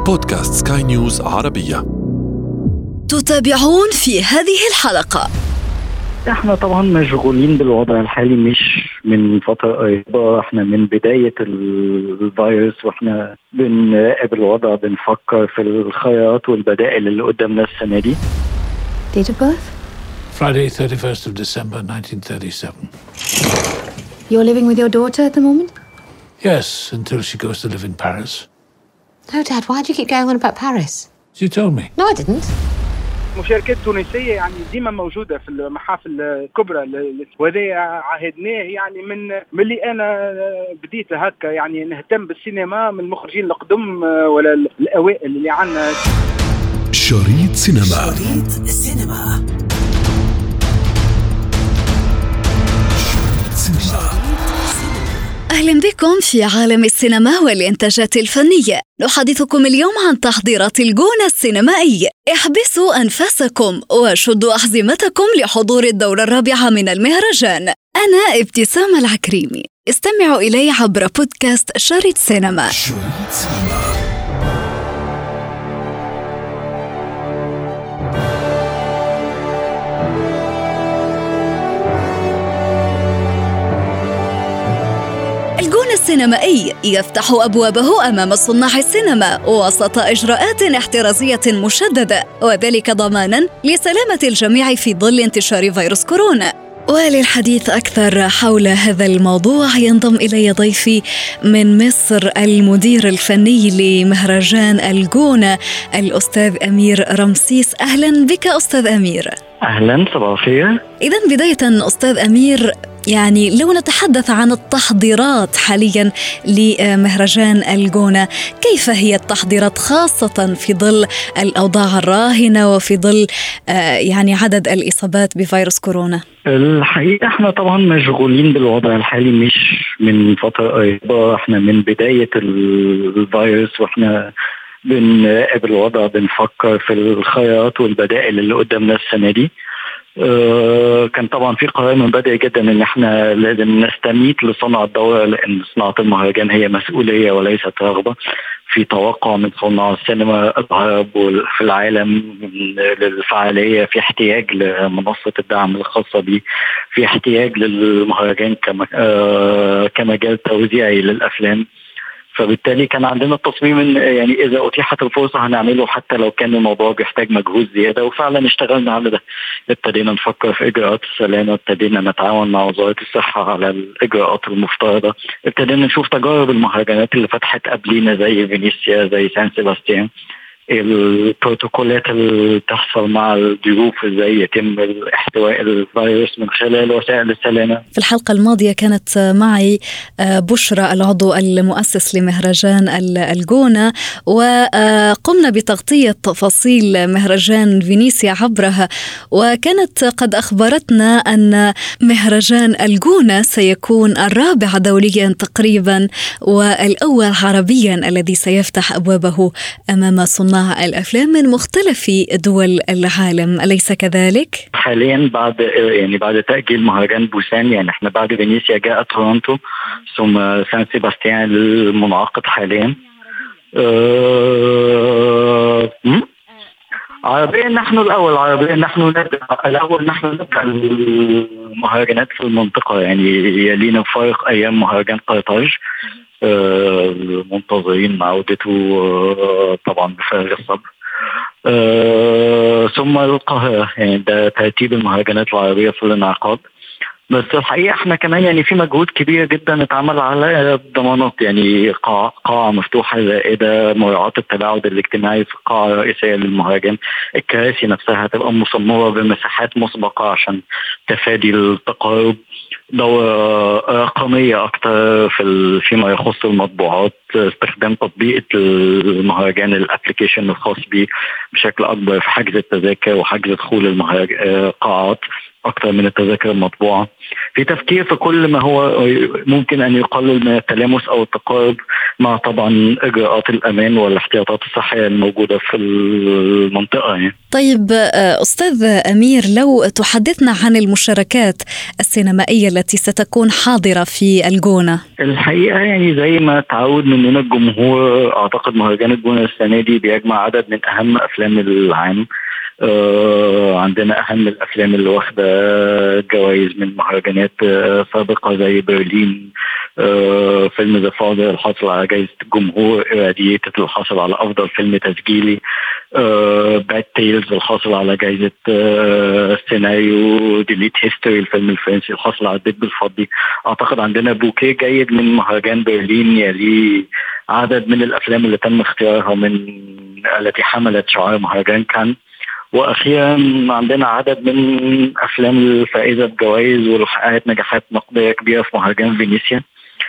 بودكاست سكاي نيوز عربية. تتابعون في هذه الحلقة. احنا طبعا مشغولين بالوضع الحالي، مش من فترة قريبة، احنا من بداية الفيروس واحنا بنراقب الوضع، بنفكر في الخيارات والبدائل اللي قدامنا السنة دي. Date of birth? Friday, 31st of December, 1937. You're living with your daughter at the moment? Yes, until she goes to live in Paris. No, Dad, why do you keep going on about Paris? She told me. No, I didn't. مشاركات تونسية يعني ديما موجودة في المحافل الكبرى، وهذا عهدناه يعني من اللي أنا بديت هكا يعني نهتم بالسينما، من المخرجين القدم ولا الأوائل اللي عنا. شريط سينما. أهلا بكم في عالم السينما والإنتاجات الفنية. نحدثكم اليوم عن تحضيرات الجونة السينمائي. احبسوا أنفاسكم وشدوا أحزمتكم لحضور الدورة الرابعة من المهرجان. أنا ابتسام العكريمي، استمعوا إلي عبر بودكاست شريط سينما. الجونة السينمائي يفتح أبوابه أمام صناع السينما وسط إجراءات احترازية مشددة، وذلك ضماناً لسلامة الجميع في ظل انتشار فيروس كورونا. وللحديث أكثر حول هذا الموضوع ينضم إلي ضيفي من مصر المدير الفني لمهرجان الجونة الأستاذ أمير رمسيس. أهلا بك أستاذ أمير. أهلا، صباح الخير. إذن بداية أستاذ أمير، يعني لو نتحدث عن التحضيرات حاليا لمهرجان الجونة، كيف هي التحضيرات خاصة في ظل الأوضاع الراهنة وفي ظل يعني عدد الإصابات بفيروس كورونا؟ الحقيقة احنا طبعا مشغولين بالوضع الحالي، مش من فترة قريبة، احنا من بداية الفيروس واحنا بنراقب الوضع، بنفكر في الخيارات والبدائل اللي قدامنا السنة دي. كان طبعا في قرار من بدري جدا ان احنا لازم نستميت لصنع الدورة، لان صناعة المهرجان هي مسؤولية وليست رغبة. في توقع من صناع السينما العرب وفي العالم للفعالية، في احتياج لمنصة الدعم الخاصة به، في احتياج للمهرجان كمجال توزيعي للأفلام. فبالتالي كان عندنا التصميم ان يعني اذا اتيحت الفرصه هنعمله، حتى لو كان الموضوع بيحتاج مجهود زياده، وفعلا اشتغلنا على ده. ابتدينا نفكر في اجراءات السلامه، ابتدينا نتعاون مع وزاره الصحه على الاجراءات المفترضه، ابتدينا نشوف تجارب المهرجانات اللي فتحت قبلينا زي فينيسيا، زي سان سيباستيان، البروتوكولات اللي تحصل مع الضيوف، ازاي يتم احتواء الفيروس من خلال وسائل السلامة. في الحلقة الماضية كانت معي بشرى العضو المؤسس لمهرجان الجونة، وقمنا بتغطية تفاصيل مهرجان فينيسيا عبرها، وكانت قد أخبرتنا أن مهرجان الجونة سيكون الرابع دوليا تقريبا والأول عربيا الذي سيفتح أبوابه أمام صناع الأفلام من مختلف دول العالم، أليس كذلك؟ حاليا بعد تأجيل مهرجان بوسان، يعني احنا بعد فينيسيا جاء تورونتو ثم سان سيباستيان المنعقد حاليا. عربيا نحن الأول، نحن نبدأ المهرجانات في المنطقة، يعني يلينا فارق أيام مهرجان قرطاج، منتظرين عودته طبعا بفارغ الصبر، ثم القاهرة. يعني ده ترتيب المهرجانات العربية في الانعقاد. بس الحقيقة احنا كمان يعني في مجهود كبير جدا اتعمل على الضمانات، يعني قاعة مفتوحة زائدة، مراعاة التباعد الاجتماعي في القاعة الرئيسية للمهرجان، الكراسي نفسها هتبقى مصممة بمساحات مسبقة عشان تفادي التقارب، دورة رقمية أكتر فيما يخص المطبوعات، استخدام تطبيق المهرجان الابليكيشن الخاص به بشكل أكبر في حجز التذاكر وحجز دخول القاعات. أكثر من التذاكر المطبوعة. في تفكير في كل ما هو ممكن أن يقلل من التلامس أو التقارب مع طبعا إجراءات الأمان والاحتياطات الصحية الموجودة في المنطقة يعني. طيب أستاذ أمير، لو تحدثنا عن المشاركات السينمائية التي ستكون حاضرة في الجونة. الحقيقة يعني زي ما تعود مننا الجمهور، أعتقد مهرجان الجونة السنة دي بيجمع عدد من أهم أفلام العام. عندنا أهم الأفلام اللي واخدة جوائز من مهرجانات سابقة زي برلين، فيلم ذا فاذر الحاصل على جائزة الجمهور، إراديتد الحاصل على أفضل فيلم تسجيلي، باد تيلز الحاصل على جائزة السيناريو، ديليت هيستوري الفيلم الفرنسي الحاصل على الدب الفضي. أعتقد عندنا بوكيه جيد من مهرجان برلين يلي عدد من الأفلام اللي تم اختيارها من التي حملت شعار مهرجان كان. واخيرا عندنا عدد من افلام الفائزه بجوائز والحققت نجاحات نقديه كبيره في مهرجان فينيسيا،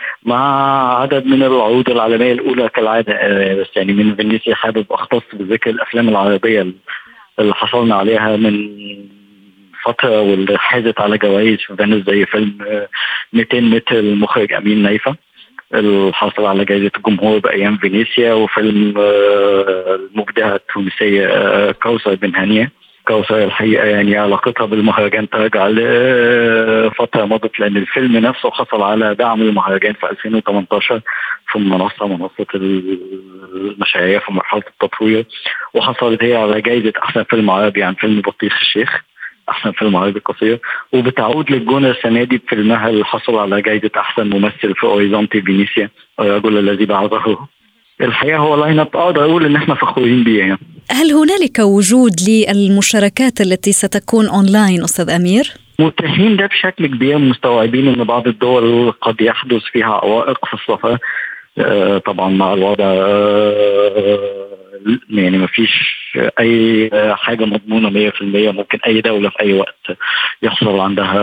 مع عدد من العروض العالميه الاولى كالعاده. بس يعني من فينيسيا حابب اختص بذكر الافلام العربيه اللي حصلنا عليها من فتره واللي حازت على جوائز في فينيس، زي فيلم 200 متر المخرج امين نايفه الحاصل على جائزة الجمهور بأيام فينيسيا، وفيلم المبدعة التونسية كوثر بن هانية. كوثر الحقيقة يعني علاقتها بالمهرجان ترجع لفترة مضت، لأن الفيلم نفسه حصل على دعم المهرجان في 2018 في منصة المشاريع في مرحلة التطوير، وحصلت هي على جائزة أحسن فيلم عربي عن فيلم بطيخ الشيخ، أحسن فيلم عربي قصير. وبتعود للجونة السنة دي بفيلمها اللي حصل على جائزة أحسن ممثل في أوريزونتي فينيسيا، الرجل الذي باع ظهره. الحقيقة هو لاين اب أقدر أقول إن إحنا فخورين بيه يعني. هل هنالك وجود للمشاركات التي ستكون أونلاين أستاذ أمير؟ متاحين ده بشكل كبير، مستوعبين إن بعض الدول قد يحدث فيها عوائق في السفر، طبعا مع الوضع يعني ما فيش أي حاجة مضمونة 100%. ممكن أي دولة في أي وقت يحصل عندها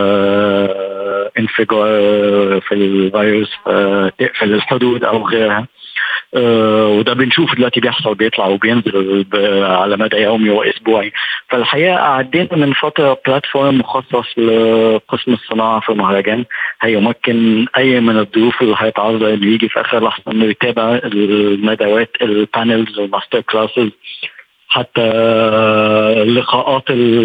انفجار في الفيروس تقفل الحدود أو غيرها، وده بنشوف دلوقتي بيحصل، بيطلع وبينزل على مدى يومي وأسبوعي. فالحقيقة عدينا من فترة بلاتفورم مخصص لقسم الصناعة في المهرجان هيمكن أي من الضيوف اللي هيتعرض اللي يجي في آخر لحظة إنه يتابع الندوات، البانلز، الماستر كلاسز، حتى لقاءات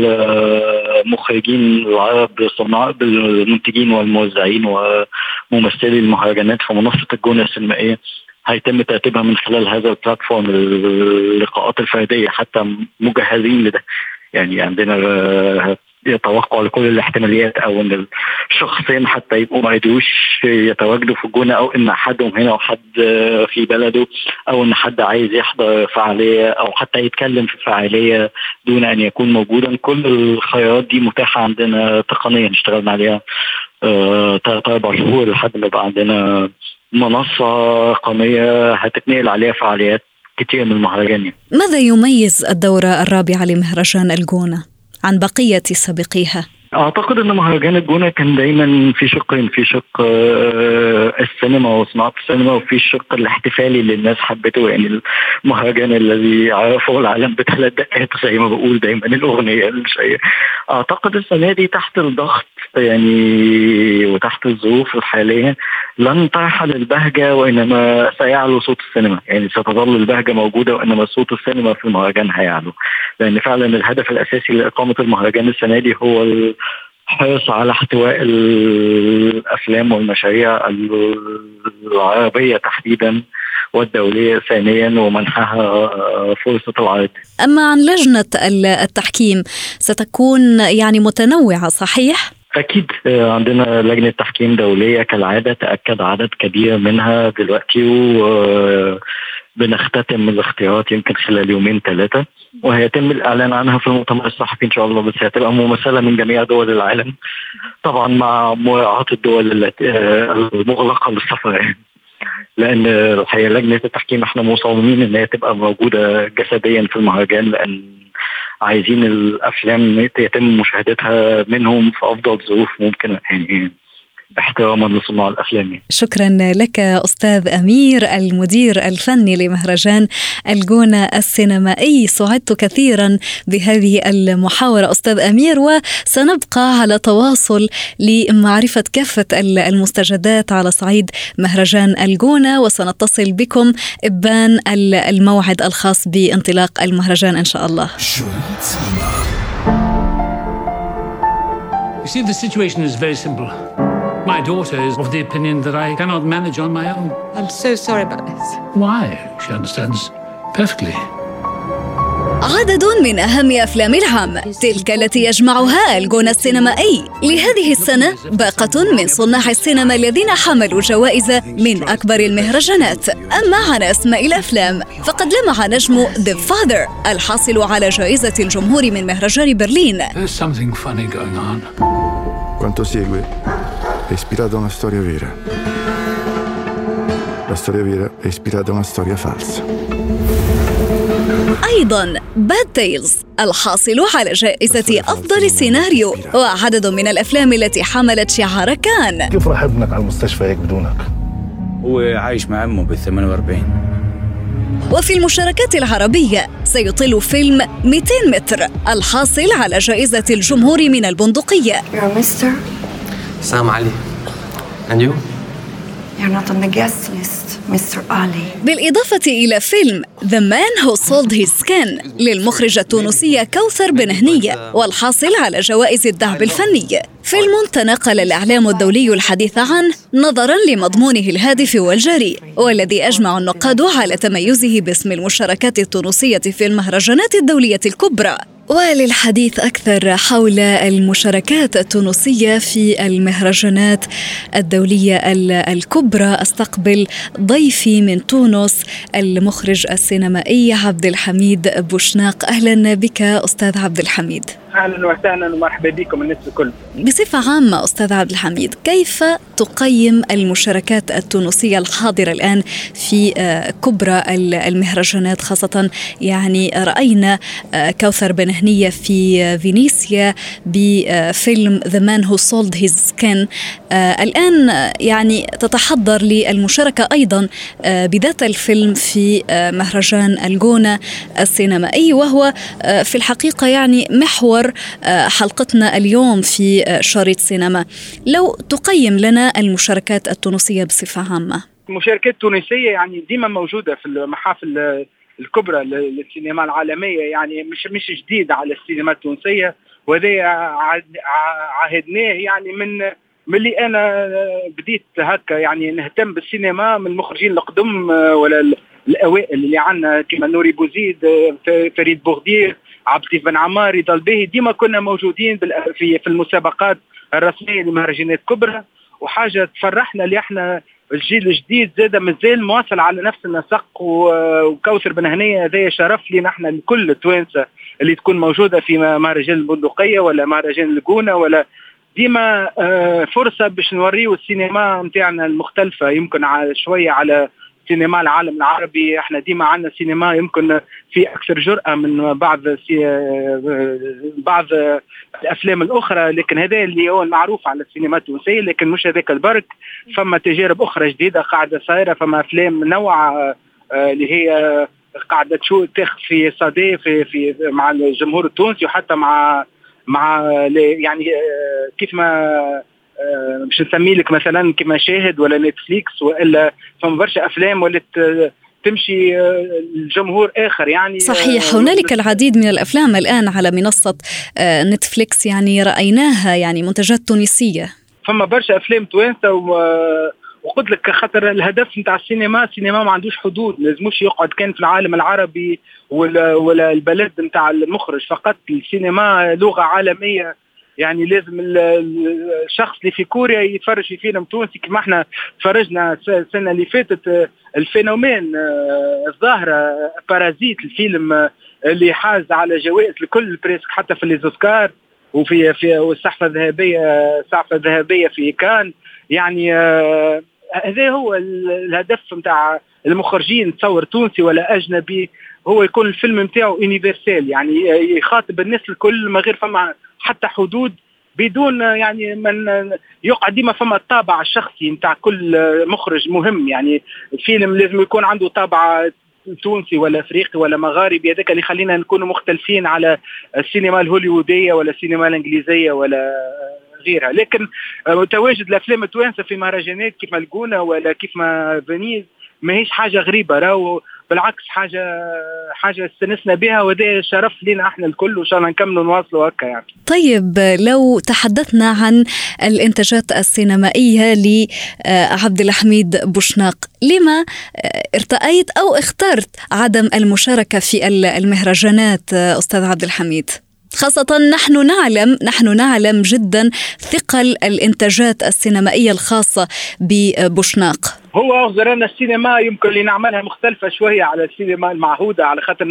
المخرجين العرب بالمنتجين والموزعين وممثلي المهرجانات في منصة الجونة السينمائية. هيتم ترتيبها من خلال هذا البلاتفورم اللقاءات الفردية، حتى مجهزين لده. يعني عندنا يتوقع لكل الاحتماليات، او ان الشخصين حتى يبقوا ما يقدروش يتواجدوا في الجونة، او ان حدهم هنا وحد في بلده، او ان حد عايز يحضر فعالية او حتى يتكلم في فعالية دون ان يكون موجودا. كل الخيارات دي متاحة عندنا تقنيا، اشتغلنا عليها 3-4 شهور لحد ما بقى عندنا منصة رقمية هتتنقل عليها فعاليات كتير من المهرجان. ماذا يميز الدورة الرابعة لمهرجان الجونة عن بقية سابقيها؟ أعتقد أن مهرجان الجونة كان دايما في شقين، في شق السينما وصناعة السينما، وفي الشق الاحتفالي اللي الناس حبته، يعني المهرجان الذي عرفه العالم ب3 دقات زي ما بقول دايما الأغنية الشيء. أعتقد السنة دي تحت الضغط يعني وتحت الظروف الحالية لن ترحل البهجة، وإنما سيعلو صوت السينما. يعني ستظل البهجة موجودة، وإنما صوت السينما في المهرجان هيعلو، لأن فعلا الهدف الأساسي لإقامة المهرجان السنة دي هو الحرص على احتواء الأفلام والمشاريع العربية تحديدا والدولية ثانيا، ومنحها فرصة العرض. أما عن لجنة التحكيم ستكون يعني متنوعة صحيح؟ أكيد عندنا لجنة تحكيم دولية كالعادة، تأكد عدد كبير منها دلوقتي، وبنختتم الاختيارات يمكن خلال 2-3، وهيتم الإعلان عنها في المؤتمر الصحفي إن شاء الله. بس هتبقى ممثلة من جميع دول العالم طبعا، مع مراعاة الدول المغلقة للسفر، لأن الحقيقة لجنة التحكيم احنا مصممين إن هي تبقى موجودة جسديا في المهرجان، لأن عايزين الأفلام يتم مشاهدتها منهم في أفضل ظروف ممكنة. يعني احتراما لصناع الأفلام. شكرا لك أستاذ أمير، المدير الفني لمهرجان الجونة السينمائي. سعدت كثيرا بهذه المحاورة أستاذ أمير، وسنبقى على تواصل لمعرفة كافة المستجدات على صعيد مهرجان الجونة، وسنتصل بكم إبان الموعد الخاص بانطلاق المهرجان إن شاء الله. You see, the situation is very simple. My daughter is of the opinion that I cannot manage on my own. I'm so sorry about this. Why? She understands perfectly. عدد من أهم أفلام العام، تلك التي يجمعها الجونة السينمائي لهذه السنة، باقة من صناع السينما الذين حملوا جوائز من أكبر المهرجانات. أما عن أسماء الأفلام فقد لمع نجم The Father الحاصل على جائزة الجمهور من مهرجان برلين. There's something funny going on. Quanto segue è ispirato a una storia vera. La storia vera è ispirata a una storia falsa. أيضاً Bad Tales الحاصل على جائزة أفضل سيناريو، وعدد من الأفلام التي حملت شعار كان. كيف راح ابنك على المستشفى هيك بدونك؟ هو عايش مع أمه بال48. وفي المشاركات العربية سيطل فيلم 200 متر الحاصل على جائزة الجمهور من البندقية. You're a mister. السلام عليكم. And you? You're not on the guest list, Mr. Ali. بالإضافة إلى فيلم The Man Who Sold His Skin للمخرجة التونسية كوثر بنهنية، والحاصل على جوائز الدعم الفني. فيلم تناقل الإعلام الدولي الحديث عنه نظراً لمضمونه الهادف والجريء، والذي أجمع النقاد على تميزه باسم المشاركات التونسية في المهرجانات الدولية الكبرى. وللحديث أكثر حول المشاركات التونسية في المهرجانات الدولية الكبرى استقبل ضيفي من تونس المخرج السينمائي عبد الحميد بوشناق. أهلا بك أستاذ عبد الحميد. أهلا وسهلا ومرحبا بكم الناس الكل. بصفة عامة أستاذ عبد الحميد، كيف تقيم المشاركات التونسية الحاضرة الآن في كبرى المهرجانات، خاصة يعني رأينا كوثر بنهنية في فينيسيا بفيلم The Man Who Sold His Skin، الآن يعني تتحضر للمشاركة أيضا بذات الفيلم في مهرجان الجونة السينمائي، وهو في الحقيقة يعني محور حلقتنا اليوم في شريط سينما. لو تقيم لنا المشاركات التونسية بصفة عامة. المشاركات التونسية يعني ديما موجودة في المحافل الكبرى للسينما العالمية، يعني مش جديد على السينما التونسية، وهذا عهدناه يعني من اللي أنا بديت هكا يعني نهتم بالسينما، من المخرجين القدم ولا الأوائل اللي عنا كما نوري بوزيد، فريد بوغدير، عبد اللطيف بن عمار، رضا الباهي. ديما كنا موجودين في المسابقات الرسمية لمهرجانات كبرى، وحاجة تفرحنا اللي احنا الجيل الجديد زاد مازال مواصل على نفس النسق. وكوثر بنهنية هذا شرف لنا احنا لكل التوانسة اللي تكون موجودة في مهرجان البندقية ولا مهرجان الجونة، ولا ديما فرصة باش نوريو السينما متاعنا المختلفة، يمكن شوية على سينما العالم العربي. احنا ديما عندنا سينما يمكن في اكثر جرأة من بعض الافلام الاخرى، لكن هذا اللي هو المعروف على السينما التونسية. لكن مش هذاك البرك، فما تجارب اخرى جديدة قاعدة صايرة، فما افلام منوعة اللي هي قاعدة تاخذ في صدى في مع الجمهور التونسي، وحتى مع يعني كيف ما مش نسمي لك مثلا كما شاهد ولا نتفليكس، والا فما برشا افلام ولات تمشي الجمهور آخر يعني. صحيح، هنالك العديد من الأفلام الآن على منصة نتفليكس يعني رأيناها، يعني منتجات تونسية. فما برشا أفلام توانسة، وقلت لك خاطر الهدف نتاع السينما ما عندوش حدود، لازموش يقعد كان في العالم العربي ولا البلد نتاع المخرج فقط. السينما لغة عالمية، يعني لازم الشخص اللي في كوريا يتفرج في فيلم تونسي كما احنا تفرجنا السنة اللي فاتت الفينومين الظاهرة بارازيت، الفيلم اللي حاز على جوائز لكل البريسك حتى في الأوسكار وفي والصحفة الذهبية في كان. يعني هذا هو الهدف متاع المخرجين، تصور تونسي ولا أجنبي، هو يكون الفيلم متاعه يونيفرسال، يعني يخاطب الناس الكل ما غير فما حتى حدود بدون يعني من يقعد ديما فما الطابع الشخصي نتاع كل مخرج مهم. يعني الفيلم لازم يكون عنده طابع تونسي ولا افريقي ولا مغاربي، هذاك اللي خلينا نكونوا مختلفين على السينما الهوليووديه ولا السينما الانجليزيه ولا غيرها. لكن تواجد الافلام التوانسه في مهرجانات كيف ما الجونة ولا كيف ما فينيز ماهيش حاجه غريبه، راهو بالعكس حاجه استنسنا بها، وده شرف لنا احنا الكل، وان شاء الله نكملوا نواصلوا هكا يعني. طيب لو تحدثنا عن الانتاجات السينمائيه لعبد الحميد بوشناق، لما ارتأيت او اخترت عدم المشاركه في المهرجانات استاذ عبد الحميد؟ خاصة نحن نعلم جدا ثقل الانتاجات السينمائية الخاصة ببوشناق. هو أغزرنا السينما يمكن اللي نعملها مختلفة شوية على السينما المعهودة، على خاطر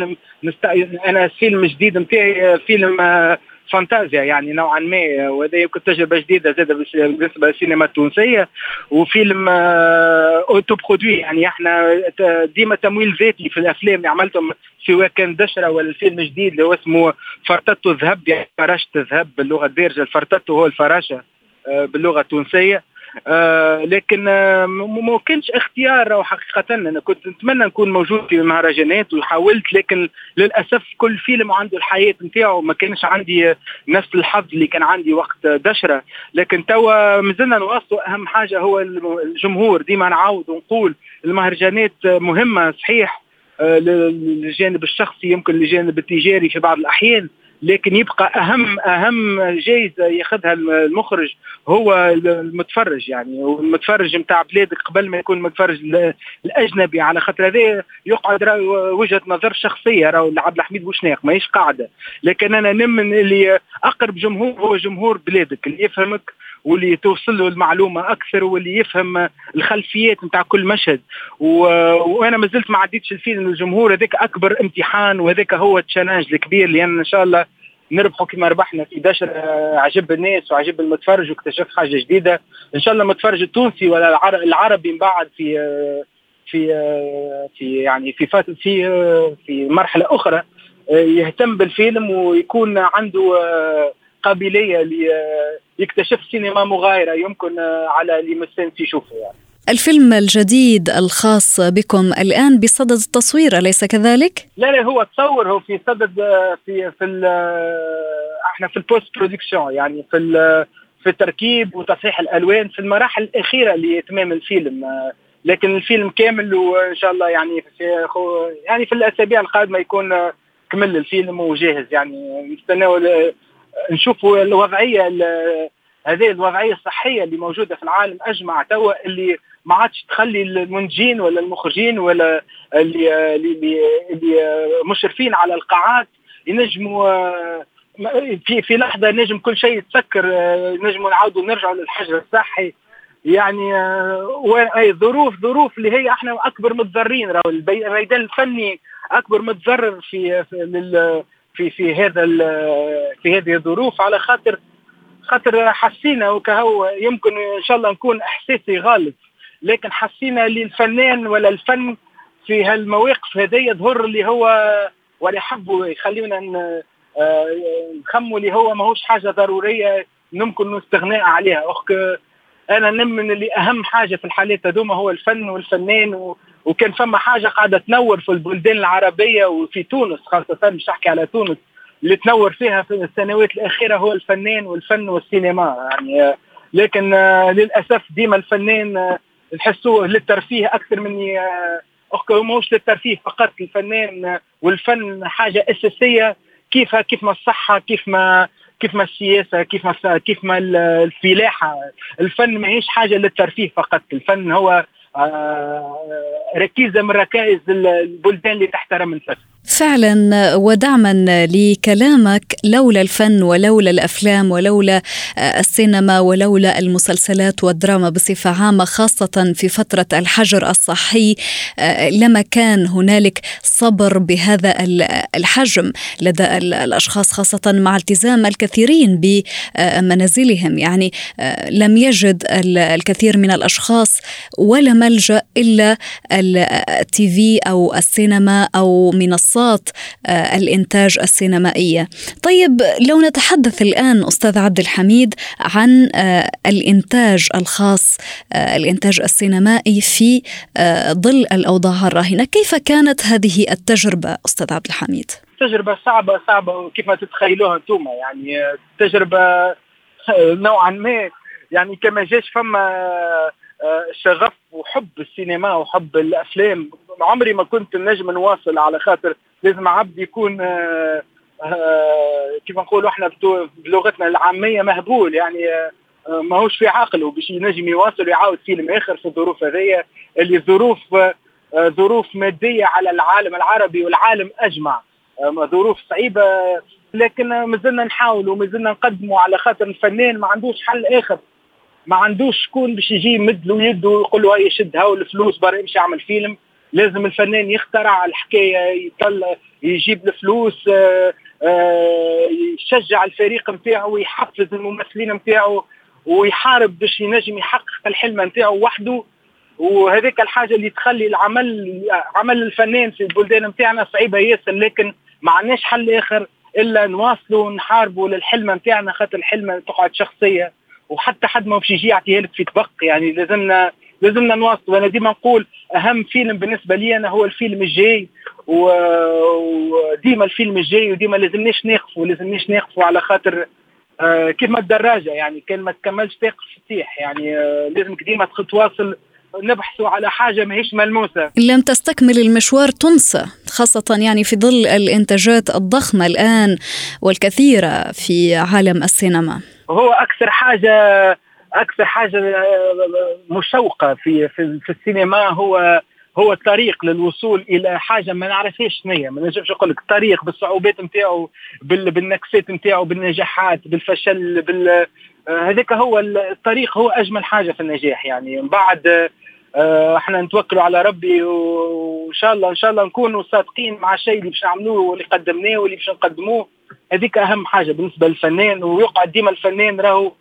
أنا الفيلم الجديد متاعي فيلم فانتازيا يعني نوعا ما، وهذا يمكن تجربة جديدة زادة بالنسبة للسينما التونسية، وفيلم اوتو برودوي. يعني احنا ديما تمويل ذاتي في الافلام اللي عملتهم، سواء كان دشرة ولا الفيلم الجديد اللي هو اسمه فرتاتو الذهب، يعني فراشة الذهب باللغة الدارجة، الفرتاتو هو الفراشة باللغة التونسية. لكن ما كانش اختيار، او حقيقة انا كنت نتمنى نكون موجود في المهرجانات وحاولت، لكن للاسف كل فيلم عنده الحياة نتاعو، ما كانش عندي نفس الحظ اللي كان عندي وقت دشرة. لكن توا مازلنا نواصلوا، اهم حاجة هو الجمهور. ديما نعاود ونقول المهرجانات مهمة صحيح للجانب الشخصي، يمكن للجانب التجاري في بعض الأحيان، لكن يبقى أهم جائزة ياخذها المخرج هو المتفرج. يعني والمتفرج متاع بلادك قبل ما يكون المتفرج الأجنبي، على خاطر هذا يقعد وجهة نظر شخصية، راهو عبد الحميد بوشناق ماهيش قاعدة. لكن أنا نمن اللي أقرب جمهور هو جمهور بلادك، اللي يفهمك واللي توصل له المعلومة أكثر، واللي يفهم الخلفيات نتاع كل مشهد. وأنا ما زلت ما عديتش الفيلم الجمهور، هذاك أكبر امتحان، وهذاك هو التشالنج الكبير، لأن إن شاء الله نربحوا كما ربحنا في دشر، عجب الناس وعجب المتفرج واكتشف حاجة جديدة. إن شاء الله المتفرج التونسي ولا العربي من بعد في مرحلة أخرى يهتم بالفيلم ويكون عنده قابلية يكتشف سينما مغايرة يمكن على اللي مستنسي يشوفه. يعني الفيلم الجديد الخاص بكم الآن بصدد التصوير، أليس كذلك؟ لا هو تصور، هو في صدد احنا في البوست برودكشن، يعني في التركيب وتصحيح الألوان، في المراحل الأخيرة لإتمام الفيلم. لكن الفيلم كامل، وإن شاء الله يعني في الأسابيع القادمة يكون كمل الفيلم وجاهز. يعني نستناو نشوفوا الوضعية هذه الوضعية الصحية اللي موجودة في العالم أجمع توا، اللي ما عادش تخلي المنتجين ولا المخرجين ولا اللي مشرفين على القاعات ينجموا في لحظة نجم كل شيء يتسكر، نجموا نعاودوا نرجعوا للحجر الصحي. يعني أي ظروف اللي هي احنا أكبر متضررين، الميدان الفني أكبر متضرر في هذه الظروف، على خاطر حسينا وكهو يمكن إن شاء الله نكون إحساسي غالب، لكن حسينا للفنان ولا الفن في هالمواقف هذه يظهر اللي هو ولا يحبوا يخلينا نخموا اللي هو ماهوش حاجة ضرورية ممكن نستغناء عليها. أنا نمن اللي أهم حاجة في الحالات هذوما هو الفن والفنان، وكان فما حاجة قاعدة تنور في البلدان العربية وفي تونس خاصة، مش أحكي على تونس، اللي تنور فيها في السنوات الأخيرة هو الفنان والفن والسينما. يعني لكن للأسف ديما الفنان نحسوه للترفيه أكثر من مش للترفيه فقط. الفنان والفن حاجة أساسية، كيف ما الصحة، كيف ما السياسة، كيف ما الفلاحة. الفن ما هيش حاجة للترفيه فقط، الفن هو ركيزة من ركائز البلدان اللي تحترم الفن. فعلا، ودعما لكلامك، لولا الفن ولولا الأفلام ولولا السينما ولولا المسلسلات والدراما بصفة عامة، خاصة في فترة الحجر الصحي، لما كان هنالك صبر بهذا الحجم لدى الأشخاص، خاصة مع التزام الكثيرين بمنازلهم. يعني لم يجد الكثير من الأشخاص ولا ملجأ إلا التيفي أو السينما أو منصات الإنتاج السينمائية. طيب لو نتحدث الآن أستاذ عبد الحميد عن الإنتاج الخاص، الإنتاج السينمائي في ظل الأوضاع الراهنة، كيف كانت هذه التجربة أستاذ عبد الحميد؟ تجربة صعبة كيف ما تتخيلوها انتم، يعني تجربة نوعا ما يعني كما جاش فما شغف وحب السينما وحب الأفلام. عمري ما كنت نجم نواصل، على خاطر لازم عبد يكون كيف نقولوا احنا بلغتنا العامية مهبول، يعني ما هوش في عقله باش ينجم يواصل ويعاود فيلم آخر في الظروف هذه اللي ظروف مادية على العالم العربي والعالم أجمع، ظروف صعيبة. لكن مازلنا نحاول ومازلنا نقدموا، على خاطر الفنان ما عندوش حل آخر، ما عندوش شكون باش يجي يمد له يده ويقول له هاي شد هاو الفلوس برا يمشي يعمل فيلم. لازم الفنان يخترع الحكاية، يطلع يجيب الفلوس، يشجع الفريق نتاعه ويحفز الممثلين نتاعه ويحارب باش ينجم يحقق الحلم نتاعه وحده. وهذيك الحاجة اللي تخلي عمل الفنان في البلدان نتاعنا صعيبة ياسر، لكن ما عندناش حل آخر إلا نواصلوا ونحاربوا للحلم نتاعنا، خاطر الحلم تقعد شخصية وحتى حد ما باش يجي يعطيها لك في طبق. يعني لازمنا نواصل. وانا ديما نقول اهم فيلم بالنسبه لي انا هو الفيلم الجاي، وديما الفيلم الجاي، وديما لازمناش نقفوا على خاطر كيف ما الدراجه، يعني كان ما تكملش تقف تطيح، يعني لازمك ديما تواصل نبحثوا على حاجه ماهيش ملموسه. لم تستكمل المشوار تنسى، خاصه يعني في ظل الانتاجات الضخمه الان والكثيره في عالم السينما. هو اكثر حاجه مشوقه في السينما هو الطريق للوصول الى حاجه ما نعرفهاش شنية. ما نجمش نقول لك الطريق بالصعوبات نتاعو، بالنكسات نتاعو، بالنجاحات، بالفشل، هذاك هو الطريق، هو اجمل حاجه في النجاح. يعني من بعد احنا نتوكلوا على ربي، وان شاء الله نكونوا صادقين مع الشيء اللي باش نعملوه واللي قدمناه واللي باش نقدموه. هذيك اهم حاجه بالنسبه للفنان. ويقعد ديما الفنان راهو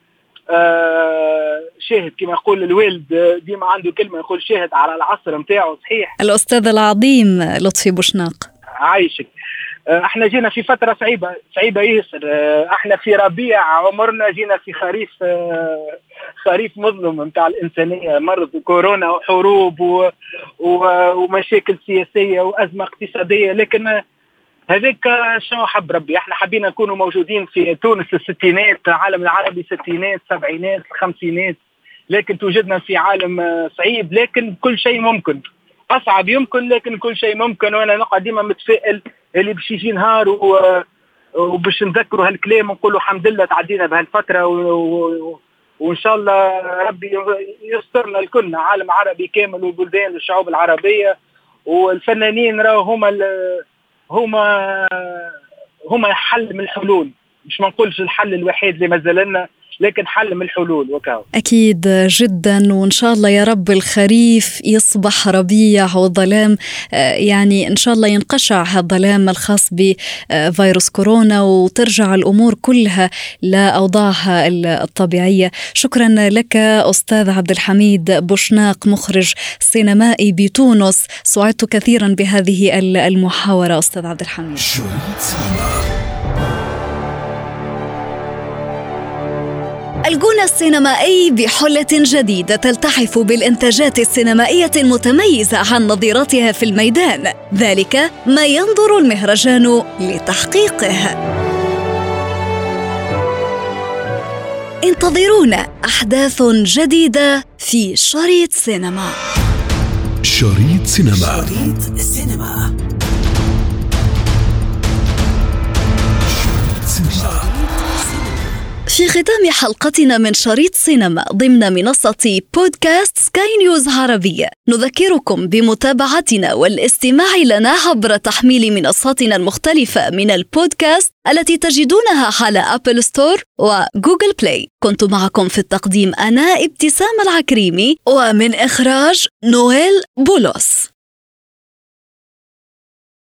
شاهد، كما يقول الوالد ديما عنده كلمه يقول شاهد على العصر نتاعو. صحيح. الاستاذ العظيم لطفي بوشناق، عايشك. احنا جينا في فتره صعيبه ياسر. احنا في ربيع عمرنا، جينا في خريف مظلم نتاع الانسانيه، مرض كورونا وحروب ومشاكل سياسيه وازمه اقتصاديه. لكن هذاك شنو حب ربي، احنا حبينا نكونوا موجودين في تونس الستينات، العالم العربي ستينات سبعينات خمسينات، لكن توجدنا في عالم صعيب، لكن كل شيء ممكن. أصعب يمكن لكن كل شيء ممكن. وأنا نقعد ديما متفائل اللي باش يجي نهار وباش نذكروا هالكلام ونقولوا الحمد لله تعدينا بهالفترة، وإن شاء الله ربي يسترنا الكلنا، عالم عربي كامل والبلدان والشعوب العربية والفنانين راهو هما حل من الحلول. مش ما نقولش الحل الوحيد اللي مازال لنا، لكن حل من الحلول وكاو. أكيد جدا، وإن شاء الله يا رب الخريف يصبح ربيع والظلام يعني إن شاء الله ينقشع هالظلام الخاص بفيروس كورونا وترجع الأمور كلها لأوضاعها الطبيعية. شكرا لك أستاذ عبد الحميد بوشناق، مخرج سينمائي بتونس. سعدت كثيرا بهذه المحاورة أستاذ عبد الحميد. الجونة السينمائي بحلة جديدة تلتحف بالإنتاجات السينمائية المتميزة عن نظيرتها في الميدان، ذلك ما ينظر المهرجان لتحقيقه. انتظرونا أحداث جديدة في شريط سينما. شريط سينما. في ختام حلقتنا من شريط سينما ضمن منصة بودكاست سكاي نيوز عربية، نذكركم بمتابعتنا والاستماع لنا عبر تحميل منصاتنا المختلفة من البودكاست التي تجدونها على أبل ستور وجوجل بلاي. كنت معكم في التقديم أنا ابتسام العكريمي، ومن إخراج نويل بولوس.